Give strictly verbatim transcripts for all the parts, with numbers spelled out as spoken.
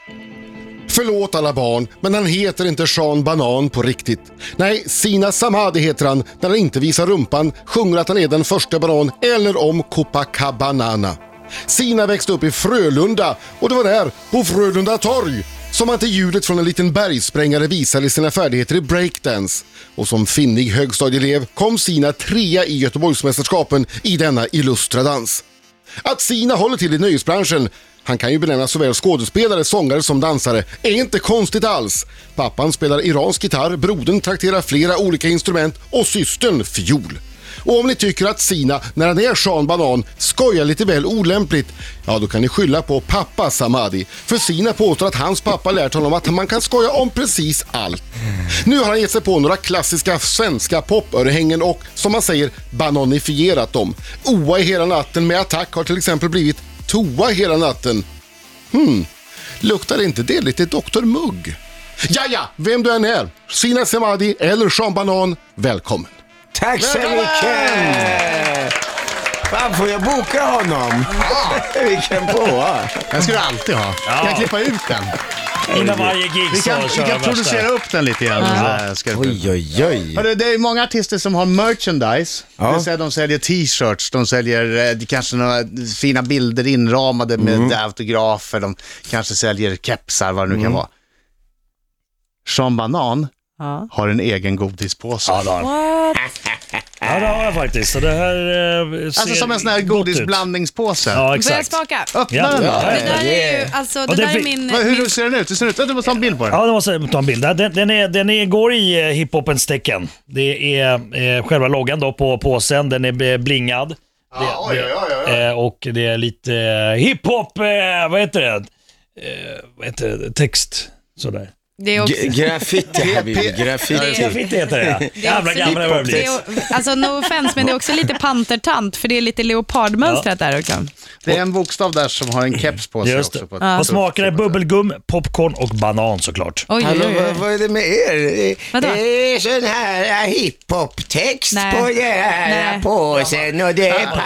Förlåt alla barn, men han heter inte Sean Banan på riktigt. Nej, Sina Samadi heter han när han inte visar rumpan, sjunger att han är den första banan eller om Copacabana. Sina växte upp i Frölunda och det var där, på Frölunda torg, som han till ljudet från en liten bergsprängare visade sina färdigheter i breakdance. Och som finnig högstadieelev kom Sina trea i Göteborgsmästerskapen i denna illustra dans. Att Sina håller till i nöjesbranschen, han kan ju benämna såväl skådespelare, sångare som dansare, är inte konstigt alls. Pappan spelar iransk gitarr, brodern trakterar flera olika instrument och systern fiol. Och om ni tycker att Sina, när han är Sean Banan, skojar lite väl olämpligt, ja då kan ni skylla på pappa Samadi. För Sina påstår att hans pappa lärt honom att man kan skoja om precis allt. Nu har han gett sig på några klassiska svenska popörhängen och, som man säger, bananifierat dem. Oa i hela natten med attack har till exempel blivit toa hela natten. Hmm, luktar inte det lite doktor Mugg? Ja, ja, vem du än är, Sina Samadi eller Sean Banan, välkommen. Tack så mycket! Fan, får jag boka honom? Vilken på. Den ska du alltid ha. Ja. Kan jag klippa ut den? Innan varje gig Vi kan, så vi kan producera upp den lite grann. Ja. Så ska Oj, oj, oj. Hörru, det är många artister som har merchandise. Ja. Det vill säga de säljer t-shirts, de säljer eh, kanske några fina bilder inramade med Mm. autografer, de kanske säljer kepsar, vad det nu Mm. kan vara. Sean Banan Ja. har en egen godispåse. Ja, det har What? ja, det har jag faktiskt. Så det här eh, ser Alltså som en sån här gott ut. godisblandningspåse. Ja, Får jag exakt. smaka? Öppna Ja. den då. Ja, Det där är ju, alltså, det det där är fi- min... Vad- Hur min ser den ut? Det ser ut att du måste ta en bild på den. Ja, det måste jag ta en bild. Den, den, är, den är, går i eh, hiphopens tecken. Det är eh, själva loggan då på påsen. Den är eh, blingad. Ja, det, oj, oj, oj, oj. Eh, och det är lite eh, hiphop, eh, vad heter det? Eh, vad heter det? Text, sådär. det är också... G- graffiti, Habibi, graffiti. Graffiti heter det, ja. Det är Jävla också gamla lite- börjar det bli. är, alltså no offense, men det är också lite pantertant, för det är lite leopardmönstrat där också. Det är en bokstav där som har en keps på sig Just det. också. På ett- Ja. Och smaken är bubbelgum, popcorn och banan såklart. Oj, oj, Hallå, oj, vad, oj. vad är det med er? Vadå? Det är sån här hiphop-text Nej. på den här Nej. påsen och det är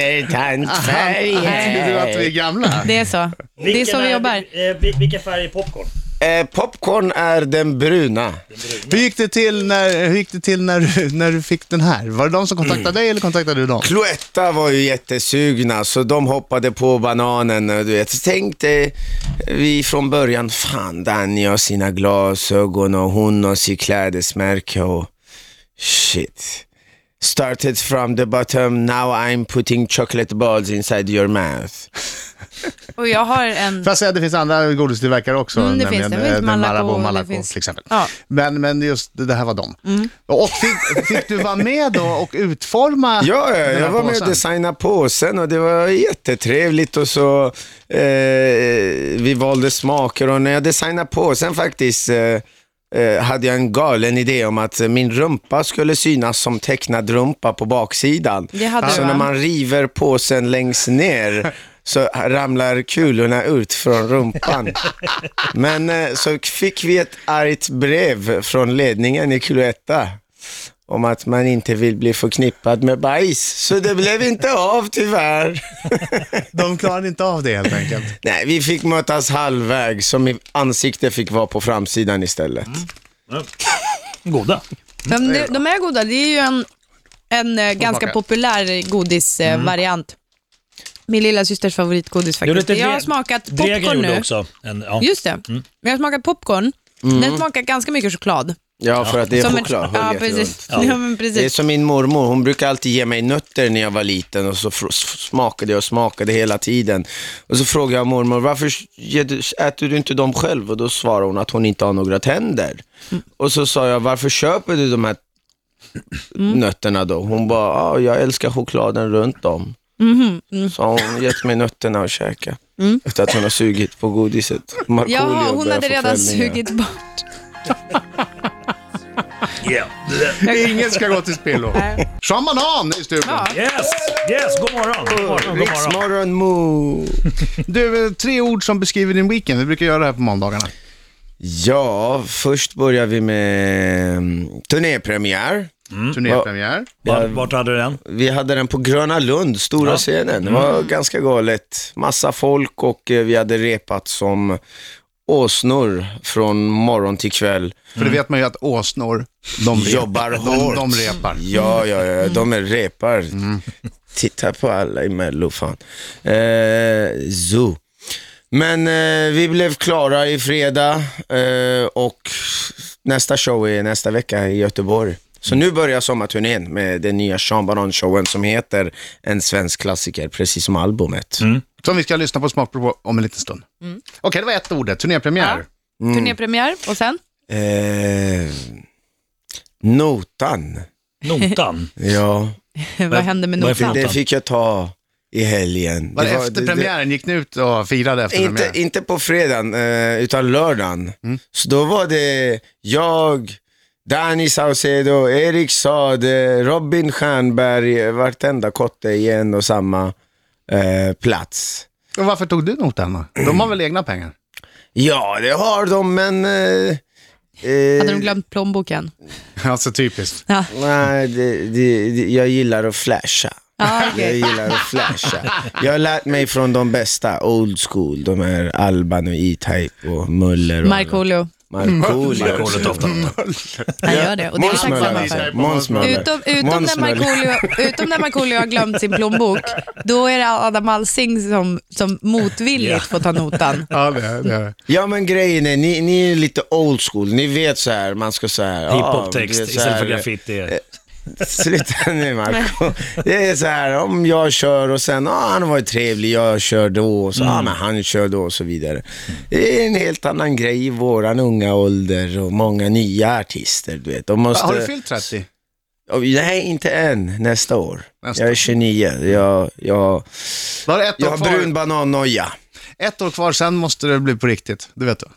pantertantfärger. Tycker du att vi är gamla? Det är så. Det är så vi jobbar. Eh, vil- vilken färg är popcorn? Eh, popcorn är den bruna. Hur gick det till när, hur gick det till när, du, när du fick den här? Var det de som kontaktade dig eller kontaktade du dem? Cloetta var ju jättesugna så de hoppade på bananen. Du vet. Så tänkte vi från början, fan Danny har sina glasögon och hon har sitt klädesmärke och shit. Started from the bottom, now I'm putting chocolate balls inside your mouth. Och jag har en... Får jag säga att det finns andra godistillverkare också, Mm, det nämligen finns det. Det finns eh, Malaco, Marabou det Malaco finns- till exempel. Ja. Men, men just det här var dem. Och fick, fick du vara med då och utforma Ja, ja, den här jag var med och påsen? designade påsen och det var jättetrevligt och så eh, vi valde smaker och när jag designade påsen faktiskt eh, eh, hade jag en galen idé om att min rumpa skulle synas som tecknad rumpa på baksidan. Det hade Så du, när va? man river påsen längst ner så ramlar kulorna ut från rumpan. Men eh, så fick vi ett argt brev från ledningen i Cloetta om att man inte vill bli förknippad med bajs. Så det blev inte av tyvärr. De klarade inte av det helt enkelt. Nej, vi fick mötas halvväg som ansiktet fick vara på framsidan istället. Goda. De, de, de är goda. Det är ju en, en eh, ganska smaka. populär godisvariant. Min lilla systers favoritgodis faktiskt. Jag har smakat Dregen popcorn gjorde nu. också. En, ja. Just det. Men jag har smakat popcorn. Den smakar ganska mycket choklad. Ja, för att det är Som en- choklad. ja, Höljet precis. runt. Ja, men Det är precis. som min mormor, hon brukar alltid ge mig nötter när jag var liten och så fr- smakade jag och smakade hela tiden. Och så frågade jag mormor, varför ger du- äter du inte dem själv? Och då svarade hon att hon inte har några tänder. Mm. Och så sa jag, varför köper du de här Mm. nötterna då? Hon bara, ah, jag älskar chokladen runt dem. Mhm, mm. Så har hon gett mig nötterna att käka. Efter att hon har sugit på godiset. Markoolio Ja, hon börjar hade få redan kvällningar. sugit bort. Yeah. Ingen ska gå till spillo. Sean Banan i studion. Ja. Yes, yes, god morgon. God morgon, god morgon. Riksmorgon Mo. Du, eh, tre ord som beskriver din weekend. Vi brukar göra det här på måndagarna. Ja, först börjar vi med mm, turnépremiär. Turnépremiär. Var, vart hade du den? Vi hade den på Gröna Lund, stora Ja. scenen. Det var ganska galet. Massa folk och eh, vi hade repat som åsnor från morgon till kväll. För det vet man ju att åsnor, de rep, jobbar de, hårt. de repar. Ja, ja, ja, de är repar. Mm. Titta på alla i Mello, fan. Eh, zoo. Men eh, vi blev klara i fredag eh, och nästa show är nästa vecka i Göteborg. Så nu börjar sommarturnén med den nya Sean Banan-showen som heter En svensk klassiker, precis som albumet. Mm. Som vi ska lyssna på smakprov om en liten stund. Mm. Okej, okay, det var ett ord, turnépremiär. Ja. Mm. Turnépremiär, och sen? Eh, notan. Notan? Ja. Vad hände med notan? Det fick jag ta i helgen. Var det, det var, efter det, premiären? Gick ni ut och firade efter inte, premiären? Inte på fredagen, eh, utan lördagen. Mm. Så då var det jag, Danny Saucedo, Erik Sade, Robin Stjernberg, vartenda kotte i en och samma eh, plats. Och varför tog du notan då? De har väl egna pengar? Ja, det har de, men... Eh, eh, Hade de glömt plånboken? Alltså typiskt. Ja. Nej, det, det, det, jag gillar att flasha. Ah, okay. Jag gillar att flasha. Jag har lärt mig från de bästa old school. De är Alban och E-Type och Muller. Och Markoolio. Markoolio. Markoolio ofta. Han gör det. Och det är Måns Möller. Måns Möller. Utom, utom, när Markoolio, utom när Markoolio har glömt sin plånbok, då är det Adam Alsing som, som motvilligt yeah. får ta notan. Ja, det är, det är. Ja, men grejen är, ni, ni är lite old school. Ni vet så här, man ska så här... Hiphop-text istället för graffiti. Sluta nu, Marco. Det är så här, om jag kör och sen, ah, han har varit trevlig, jag kör då och så, mm. ah, men han kör då och så vidare. Det är en helt annan grej i våran unga ålder och många nya artister, du vet. De måste... Har du fyllt trettio? Nej, inte än, nästa år. Nästa. Jag är tjugonio. Jag, jag, Var ett jag har brun banan-noja. Ett år kvar, sen måste det bli på riktigt, du vet du.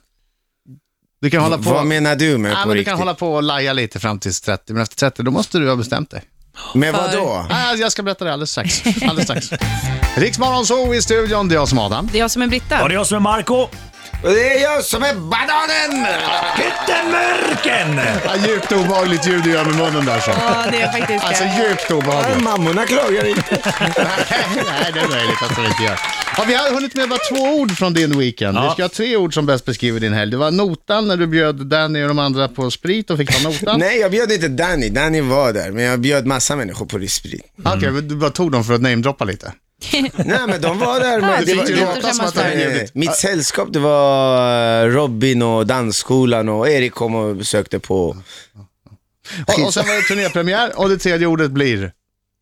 Du kan hålla på. Vad menar du med ja, på men riktigt? Du kan hålla på och laja lite fram till trettio, men efter trettio då måste du ha bestämt dig. Men vad då? Ja, jag ska berätta det alldeles strax. Alldeles strax. Riksmorgon så i studion, det är jag som Adam. Det är jag som är Britta. Och det är jag som är Marco. Och det är jag som är bananen! Pyttenmörken! Ja, djupt obehagligt ljud du gör med munnen där så. Ja, det är faktiskt. Alltså djupt obehagligt. Ja, mammorna klagar inte. Nej, det är möjligt att de inte gör. Ja, vi har hunnit med bara två ord från din weekend. Ja. Vi ska ha tre ord som bäst beskriver din helg. Det var notan när du bjöd Danny och de andra på sprit och fick ta notan. Nej, jag bjöd inte Danny. Danny var där, men jag bjöd massa människor på sprit. Mm. Okej, okay, du bara tog dem för att namedroppa lite. Nej, men de var där. Men ja, det var, det låta som att det mitt sällskap, det var Robin och dansskolan och Erik kom och besökte på. Och, och sen var det turnépremiär och det tredje ordet blir?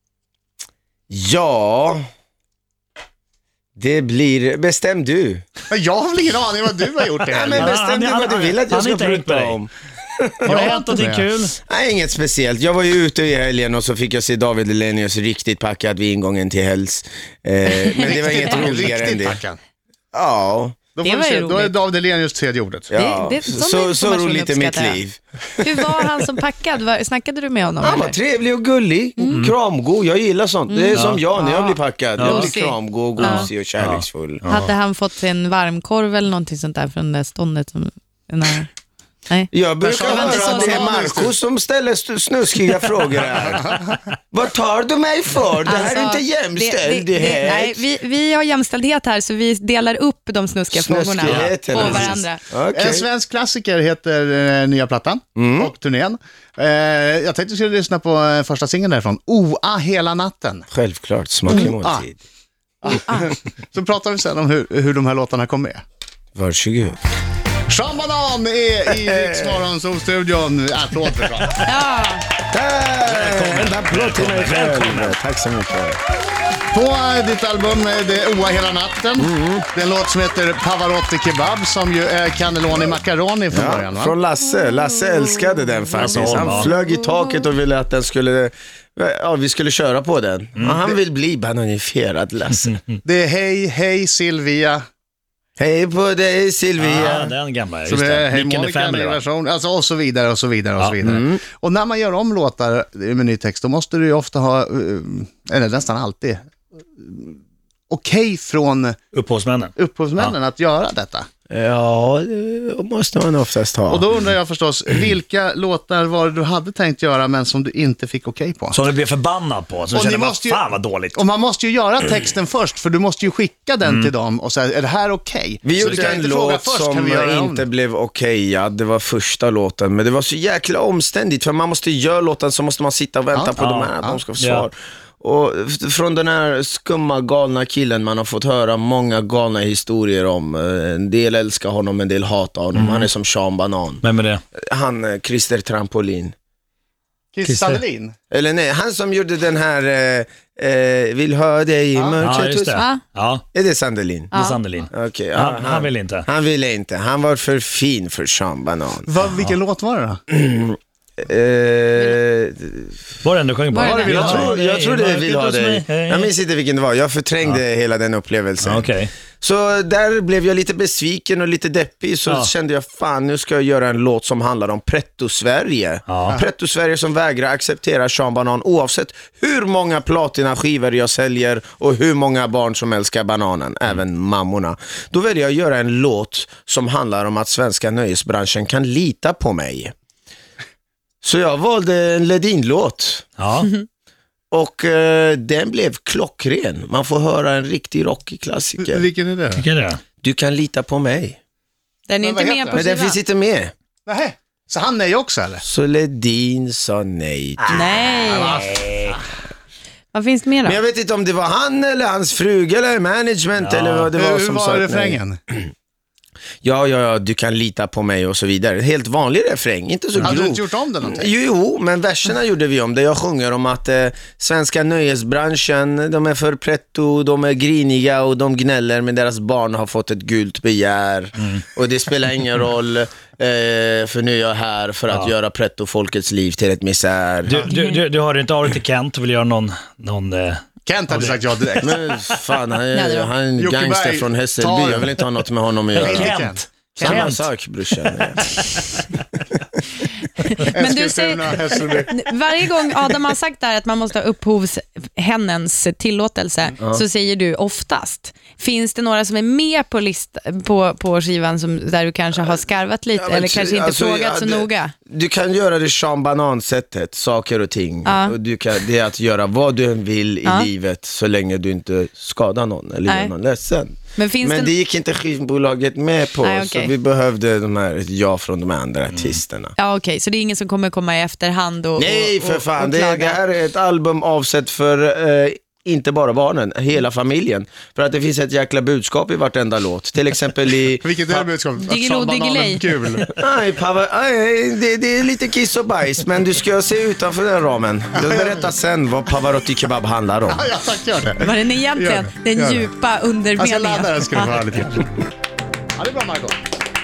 Ja... Det blir... Bestäm du. Jag har väl ingen aning vad du har gjort det. Ja, men bestäm du vad du vill att jag ska prata om. Har det hänt någonting kul? Nej, inget speciellt. Jag var ju ute i helgen och så fick jag se David Elenius riktigt packad vid ingången till Hells. Eh, men det var inget roligare än det. Packad. Ja. Då, det var se, då är David Elenius tredje ordet. Ja, det, det, så, så roligt är mitt liv. Hur var han som packad? Var, snackade du med honom? Han var trevlig och gullig. Mm. Kramgod. Jag gillar sånt. Mm. Det är som jag när jag blir packad. Jag blir kramgod, gosig och kärleksfull. Ja. Hade han fått en varmkorv eller någonting sånt där från det ståndet? Som, nej. Nej. Jag brukar höra att det är Marco som ställer snuskiga frågor här. Vad tar du mig för? Det här alltså, är inte jämställdhet. Det, det, det, nej, vi, vi har jämställdhet här så vi delar upp de snuskiga frågorna på varandra. Okay. En svensk klassiker heter eh, Nya plattan mm. och turnén. Eh, jag tänkte att vi skulle lyssna på eh, första singeln därifrån. Oa hela natten. Självklart, smaklig måltid. Så pratar vi sen om hur, hur de här låtarna kom med. Varsågod. Sean Banan är i Riksmorgon som studion. Applåd för Sean. Ja. En applåd till mig själv. Tack så mycket. På ditt album det är Oa hela natten. Mm. Det är en låt som heter Pavarotti Kebab som ju är cannelloni macaroni från ja, början. Va? Från Lasse. Lasse älskade den faktiskt. Han flög i taket och ville att den skulle... Ja, vi skulle köra på den. Mm. Och han vill bli bananifierad, Lasse. Det är Hej, hej Silvia. Hej på dig Silvia. Ja, den gamla. Som är Hej Monica version. Alltså och så vidare och så vidare och ja. så vidare. Mm. Och när man gör om låtar med ny text då måste du ju ofta ha, eller nästan alltid, okej okay från upphovsmännen, upphovsmännen ja. att göra detta. Ja, det måste man oftast ha. Och då undrar jag förstås, vilka låtar var det du hade tänkt göra men som du inte fick okej på? Som du blev förbannad på. Så Och känner ni man, måste ju- fan vad dåligt. Och man måste ju göra texten först, för du måste ju skicka den till dem och säga, är det här okej? Vi Så gjorde du kan en inte fråga låt först, som kan vi göra om inte det? blev okejad. Det var första låten, men det var så jäkla omständigt. För man måste göra låten, så måste man sitta och vänta Ja. på Ja, de här, ja. de ska få Ja. svar. Och f- från den här skumma, galna killen, man har fått höra många galna historier om. Eh, En del älskar honom, en del hatar honom. Han är som Sean Banan. Vem är det? Han, eh, Christer Trampolin. Christer Sandelin? Eller nej, han som gjorde den här eh, eh, Vill ha dig i Ja, mörkret. just det. Va? Ja, Är det Sandelin? det är Sandelin. Okej, ja, Han, han vill inte. Han ville inte. Han var för fin för Sean Banan. Va, vilken låt var det då? Eh, Var det ändå sjöng på? Var det jag, Ja, tror, jag tror det vill ha dig. dig. Jag minns inte vilken det var. Jag förträngde hela den upplevelsen. Ja, okej. Så där blev jag lite besviken och lite deppig. Så Ja. kände jag, fan, nu ska jag göra en låt som handlar om Pretto-Sverige. Ja. Pretto-Sverige som vägrar acceptera Sean Banan oavsett hur många platina-skivor jag säljer och hur många barn som älskar bananen, även mammorna. Då väljer jag att göra en låt som handlar om att svenska nöjesbranschen kan lita på mig. Så jag valde en Ledin-låt. Ja. Och eh, den blev klockren. Man får höra en riktig rockig klassiker. Vilken är det? Vilken är det? Du kan lita på mig. Den är Men inte vad med heter på Men den skivan. finns inte med. Nej. Så han nej också eller? Så Ledin sa nej. Nej. Vad finns det mer Men då? jag vet inte om det var han eller hans fruga eller management eller vad det var Hur som var sa nej. refrängen? Ja, ja, ja, du kan lita på mig och så vidare. Helt vanlig refräng, inte så Hade du grov. inte gjort om den någonting? Jo, jo, men verserna gjorde vi om det. Jag sjunger om att eh, svenska nöjesbranschen, de är för pretto, de är griniga och de gnäller, men deras barn har fått ett gult begär. Mm. Och det spelar ingen roll, eh, för nu är jag här för att Ja. göra pretto folkets liv till ett misär. Du, du, du, du har inte av dig till Kent och vill göra någon... någon eh, Kent hade sagt ja direkt. Men fan, han Nej, det är, var- han är en Jocke gangster Berg, från ta Hässelby. det. Jag vill inte ha något med honom att Inte göra. Kent. Kent. Samma Kent. sak, brorsan. Men du Eskilstuna, säger, Hässelby. varje gång Adam har sagt där att man måste ha upphovshännens tillåtelse, så säger du oftast. Finns det några som är med på, list, på, på skivan som, där du kanske har skarvat lite, Ja, men eller kanske inte alltså, frågat ja, så det- noga? Du kan göra det Sean Banan-sättet, saker och ting. Ja. Och du kan, det är att göra vad du än vill i Ja. livet så länge du inte skadar någon eller Nej. gör någon ledsen. Men finns Men det... det gick inte skivbolaget med på, Nej, okej. så vi behövde de här, ett ja från de andra artisterna. Ja, okej, så det är ingen som kommer komma i efterhand och Nej, och, för och, fan. och Det, klaga. det här är ett album avsett för eh, inte bara barnen, hela familjen. För att det finns ett jäkla budskap i vartenda låt. Till exempel i... Vilket är det budskapet? Att Diggiloo, Sean Banan är diggiley. kul. Nej, pava, nej det, det är lite kiss och bajs, men du ska se utanför den ramen. Jag berättar sen vad Pavarotti Kebab handlar om. Ja, tack, gör det. Vad den egentligen, Gör det, den gör det. djupa Jag ska undermeningen. ladda den, ska du få höra lite grann. Ja, det är bra, Margot.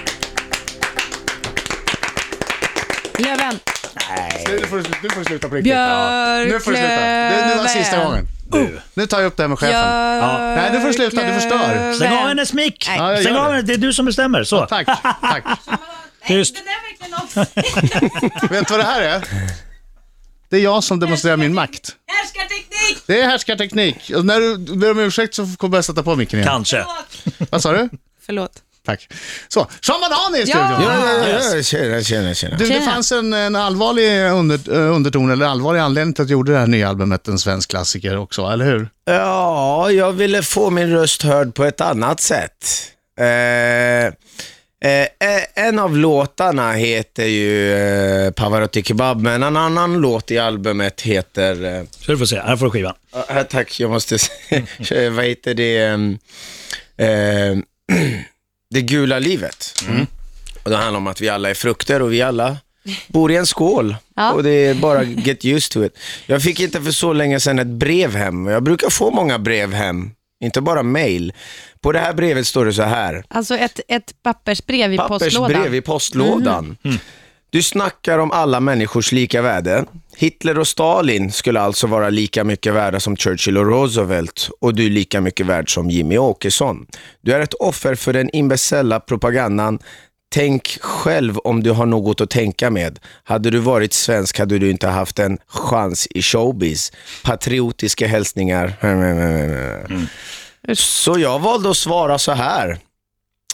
Löven, Nu får du, nu får du sluta på riktigt. Björklöven. Nu får du sluta. Det, nu var sista gången. Du. Nu tar jag upp det här med chefen. Björklöven. Nej, nu får du sluta, du förstör. Stäng av hennes mick! Nej. Ja, jag Stäng gör av det. henne, det är du som bestämmer. Så. Tack, tack. Tyst. Det där är verkligen något. Vet du vad det här är? Det är jag som demonstrerar min makt. Härskarteknik! Det är härskarteknik. Och när du ber om ursäkt så kommer jag sätta på micken igen. Kanske. Vad sa du? Förlåt. Tack. Så, Sean Banan är i studion. Ja. Ja, ja, ja, tjena, tjena, tjena. Du, det Tjena. fanns en, en allvarlig under, eh, underton, eller allvarlig anledning till att du gjorde det här nya albumet, en svensk klassiker också, eller hur? Ja, jag ville få min röst hörd på ett annat sätt. Eh, eh, en av låtarna heter ju eh, Pavarotti Kebab, men en annan låt i albumet heter... Eh, Så du får se, här får du skivan. Ja, här, tack, jag måste se. Vad heter det? Um, eh, det gula livet. Mm. Och det handlar om att vi alla är frukter och vi alla bor i en skål. Ja. Och det är bara get used to it. Jag fick inte för så länge sedan ett brev hem. Jag brukar få många brev hem. Inte bara mail. På det här brevet står det så här. Alltså ett, ett pappersbrev i postlådan. Pappersbrev i postlådan. Mm. Du snackar om alla människors lika värde. Hitler och Stalin skulle alltså vara lika mycket värda som Churchill och Roosevelt, och du är lika mycket värd som Jimmy Åkesson. Du är ett offer för den imbecilla propagandan. Tänk själv om du har något att tänka med. Hade du varit svensk hade du inte haft en chans i showbiz. Patriotiska hälsningar. Mm. Så jag valde att svara så här.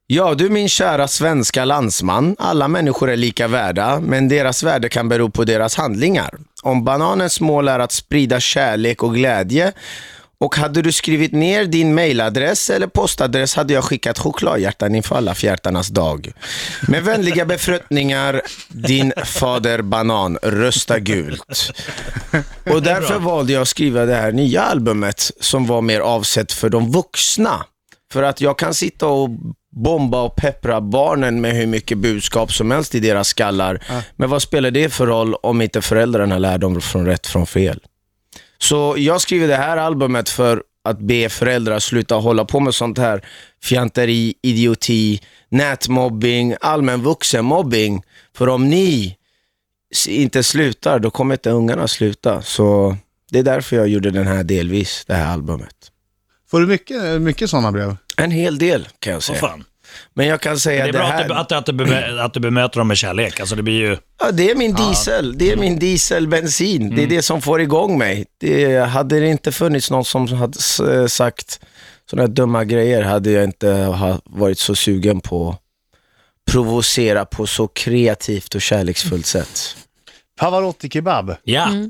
Ja, du min kära svenska landsman. Alla människor är lika värda, men deras värde kan bero på deras handlingar. Om bananens mål är att sprida kärlek och glädje, och hade du skrivit ner din mailadress eller postadress hade jag skickat chokladhjärtan inför alla fjärtarnas dag. Med vänliga befruktningar, din fader banan, rösta gult. Och därför valde jag att skriva det här nya albumet som var mer avsett för de vuxna. För att jag kan sitta och bomba och peppra barnen med hur mycket budskap som helst i deras skallar. Ja. Men vad spelar det för roll om inte föräldrarna lär dem från rätt från fel? Så jag skriver det här albumet för att be föräldrar sluta hålla på med sånt här fjanteri, idioti, nätmobbing, allmän vuxenmobbing. För om ni inte slutar, då kommer inte ungarna sluta. Så det är därför jag gjorde den här delvis, det här albumet. Får du mycket, mycket sådana brev? En hel del kan jag säga. Vad fan? Men jag kan säga det är bra det här... att, du, att, att, du bemö, att du bemöter dem med kärlek. Alltså det blir ju... Ja, det är min diesel. Ja. Det är min dieselbensin. Mm. Det är det som får igång mig. Det, hade det inte funnits någon som hade sagt sådana dumma grejer hade jag inte ha varit så sugen på att provocera på så kreativt och kärleksfullt sätt. Pavarotti kebab. Ja. Mm.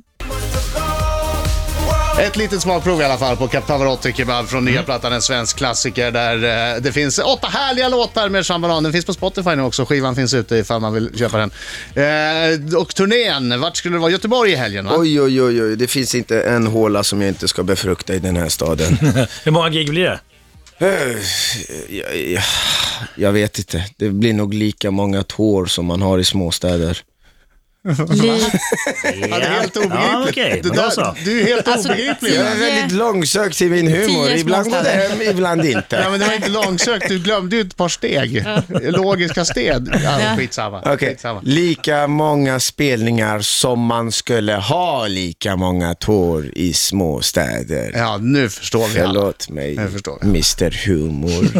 Ett litet smakprov i alla fall på Pavarotti kebab från nya plattan, en svensk klassiker där eh, det finns åtta härliga låtar med Sean Banan. Den finns på Spotify nu också, skivan finns ute ifall man vill köpa den. Eh, och turnén, vart skulle det vara? Göteborg i helgen, va? Oj, oj, oj, oj, det finns inte en håla som jag inte ska befrukta i den här staden. Hur många gig blir det? Uh, jag, jag, jag vet inte, det blir nog lika många tår som man har i småstäder. Li- Ja, det är helt obegripligt. Ja, okay. det där, du är helt Alltså, obegriplig. Jag är väldigt långsökt i min humor. Tio Ibland går det hem, ibland inte. Ja, men det var inte långsökt. Du glömde ju ett par steg. Logiska steg. Ja, skitsamma. Okej, skitsamma. lika många spelningar som man skulle ha lika många tår i små städer. Ja, nu förstår vi alla. Förlåt mig, Jag förstår det. mister Humor.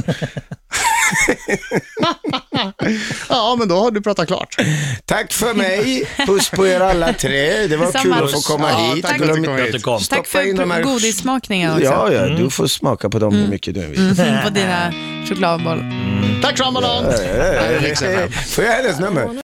Ja, men då har du pratat klart. Tack för mig. Puss på er alla tre. Det var Samma. kul att få komma Ja, hit. tack för att du kom hit. Kom. Tack Stoppa in de här- för godissmakningen också. Ja, ja, du får smaka på dem hur mycket du vill. Mm, på dina chokladboll. Tack, Sean Banan. Får jag hennes nummer?